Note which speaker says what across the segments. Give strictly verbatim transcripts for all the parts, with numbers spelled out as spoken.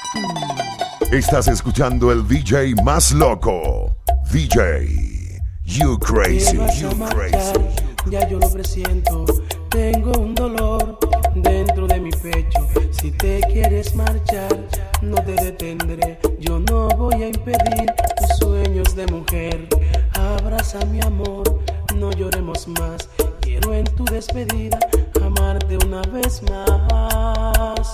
Speaker 1: Estás escuchando el D J más loco. D J, you crazy, you crazy.
Speaker 2: Ya yo lo presiento, tengo un dolor dentro de mi pecho. Si te quieres marchar, no te detendré. Yo no voy a impedir tus sueños de mujer. Abraza mi amor, no lloremos más. Quiero en tu despedida amarte una vez más.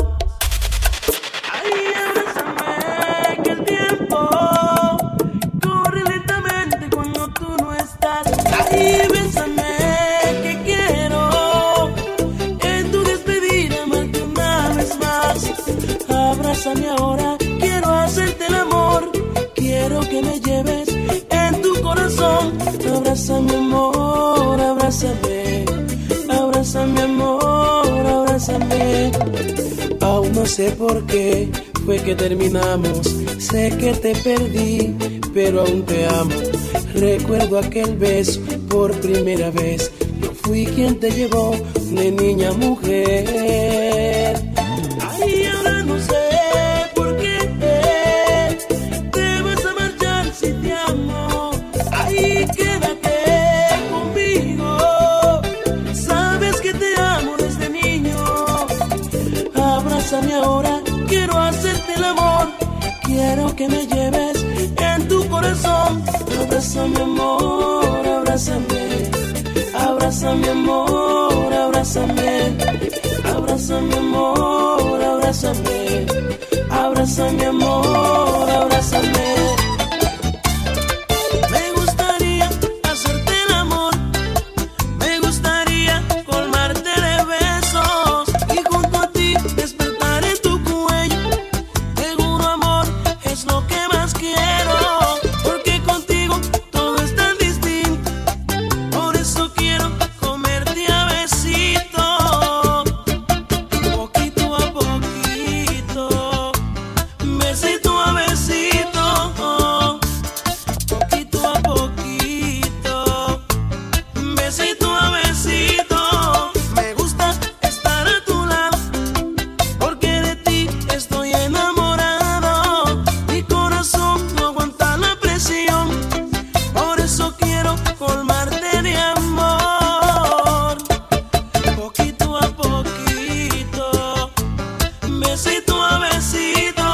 Speaker 2: Ay, abrázame, que el tiempo corre lentamente cuando tú no estás. Ay, bésame, que quiero en tu despedida amarte una vez más. Abrázame ahora, quiero hacerte el amor. Quiero que me lleves en tu corazón. Abrázame, amor, abrázame. Abrázame, amor, abrázame. Aún no sé por qué fue que terminamos. Sé que te perdí, pero aún te amo. Recuerdo aquel beso por primera vez. Yo fui quien te llevó de niña a mujer. Ay, ahora no sé por qué te vas a marchar si te amo. Ay, quédate conmigo. Sabes que te amo desde niño. Abrázame ahora, quiero hacerte el amor. Quiero que me lleves en tu corazón. Abrázame, amor, abrázame. Abrázame, amor, abrázame. Abrázame, amor, abrázame. Abrázame, amor, abrázame. Me gustaría hacerte el amor. Me gustaría colmarte de besos y junto a ti despertar en tu cuello. Seguro, amor, es lo que más quiero, porque contigo todo es tan distinto. Por eso quiero comerte a besito, poquito a poquito, besito a besito, poquito a poquito, besito a besito. Me gusta estar a tu lado, porque de ti estoy enamorado. Mi corazón no aguanta la presión, por eso quiero colmarte de amor. Poquito a poquito, besito a besito,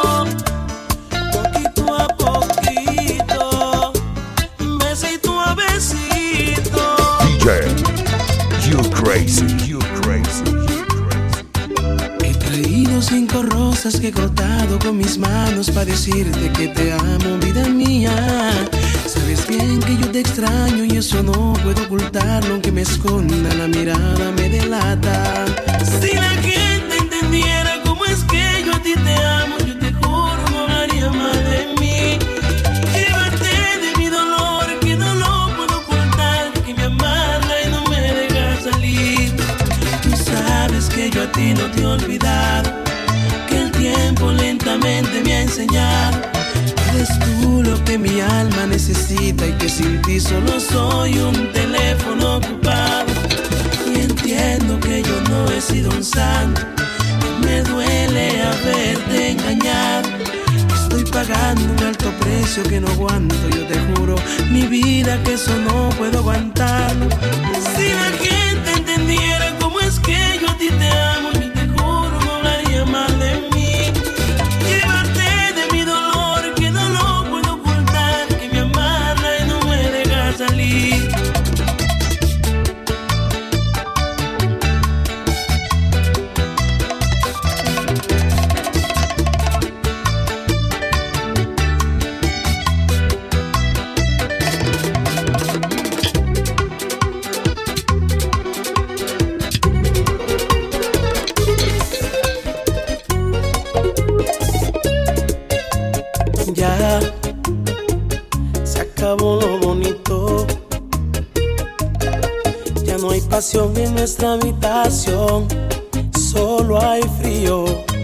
Speaker 2: poquito a poquito, besito a besito.
Speaker 1: D J, you crazy, you crazy, you crazy.
Speaker 2: He traído cinco rosas que he cortado con mis manos para decirte que te amo, vida mía. Sabes bien que yo te extraño y eso no puedo ocultarlo, aunque me esconda la mirada me delata. Si la gente entendiera cómo es que yo a ti te amo, yo te juro no hablaría más de mí. Llévate de mi dolor que no lo puedo ocultar, que me amarra y no me deja salir. Tú sabes que yo a ti no te he olvidado, que el tiempo lentamente me ha enseñado. Eres tú lo que mi alma necesita y que sin ti solo soy un teléfono ocupado. Y entiendo que yo no he sido un santo, que me duele haberte engañado. Estoy pagando un alto precio que no aguanto, yo te juro, mi vida, que eso no puedo aguantarlo. Si la gente entendiera cómo es que yo a ti te amo, yo te juro no hablaría mal de mí. Llévate de mi dolor que no lo puedo ocultar, que me amarra y no me deja salir. Ya se acabó lo bonito, ya no hay pasión en nuestra habitación, solo hay frío.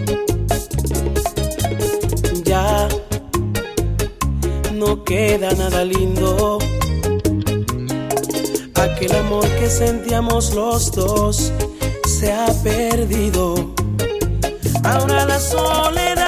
Speaker 2: Ya no queda nada lindo, aquel amor que sentíamos los dos se ha perdido. Ahora la soledad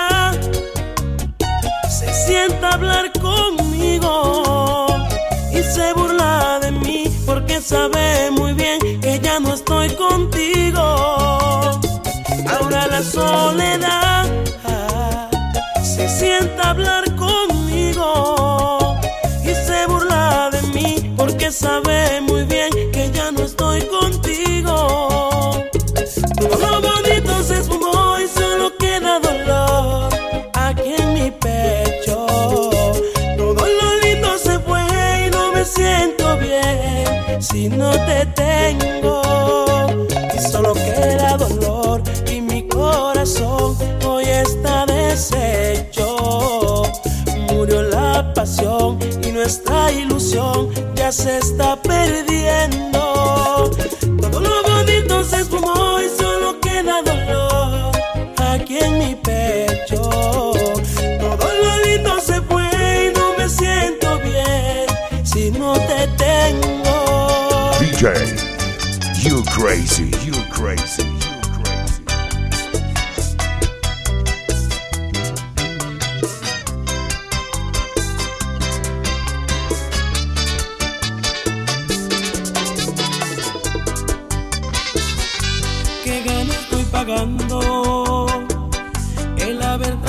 Speaker 2: sienta a hablar conmigo y se burla de mí porque sabe muy bien que ya no estoy contigo. Ahora la soledad se sienta a hablar conmigo y se burla de mí porque sabe muy bien que ya no estoy contigo. Todo lo bonito se esfumó y solo queda dolor aquí en mi pecho. Todo lo lindo se fue y no me siento bien si no te tengo. Y solo queda dolor y mi corazón hoy está deshecho. Murió la pasión y nuestra ilusión ya se está perdiendo. Todo lo bonito se esfumó y solo queda dolor aquí en mi pecho. Todo lo lindo se fue y no me siento bien si no te tengo.
Speaker 1: D J, you crazy, you crazy.
Speaker 2: ¿Qué gana estoy pagando el haber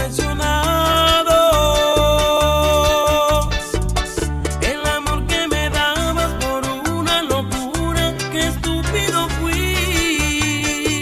Speaker 2: traicionado el amor que me dabas por una locura? Qué estúpido fui.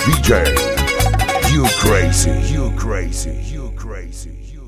Speaker 1: D J, you crazy, you crazy, you crazy, you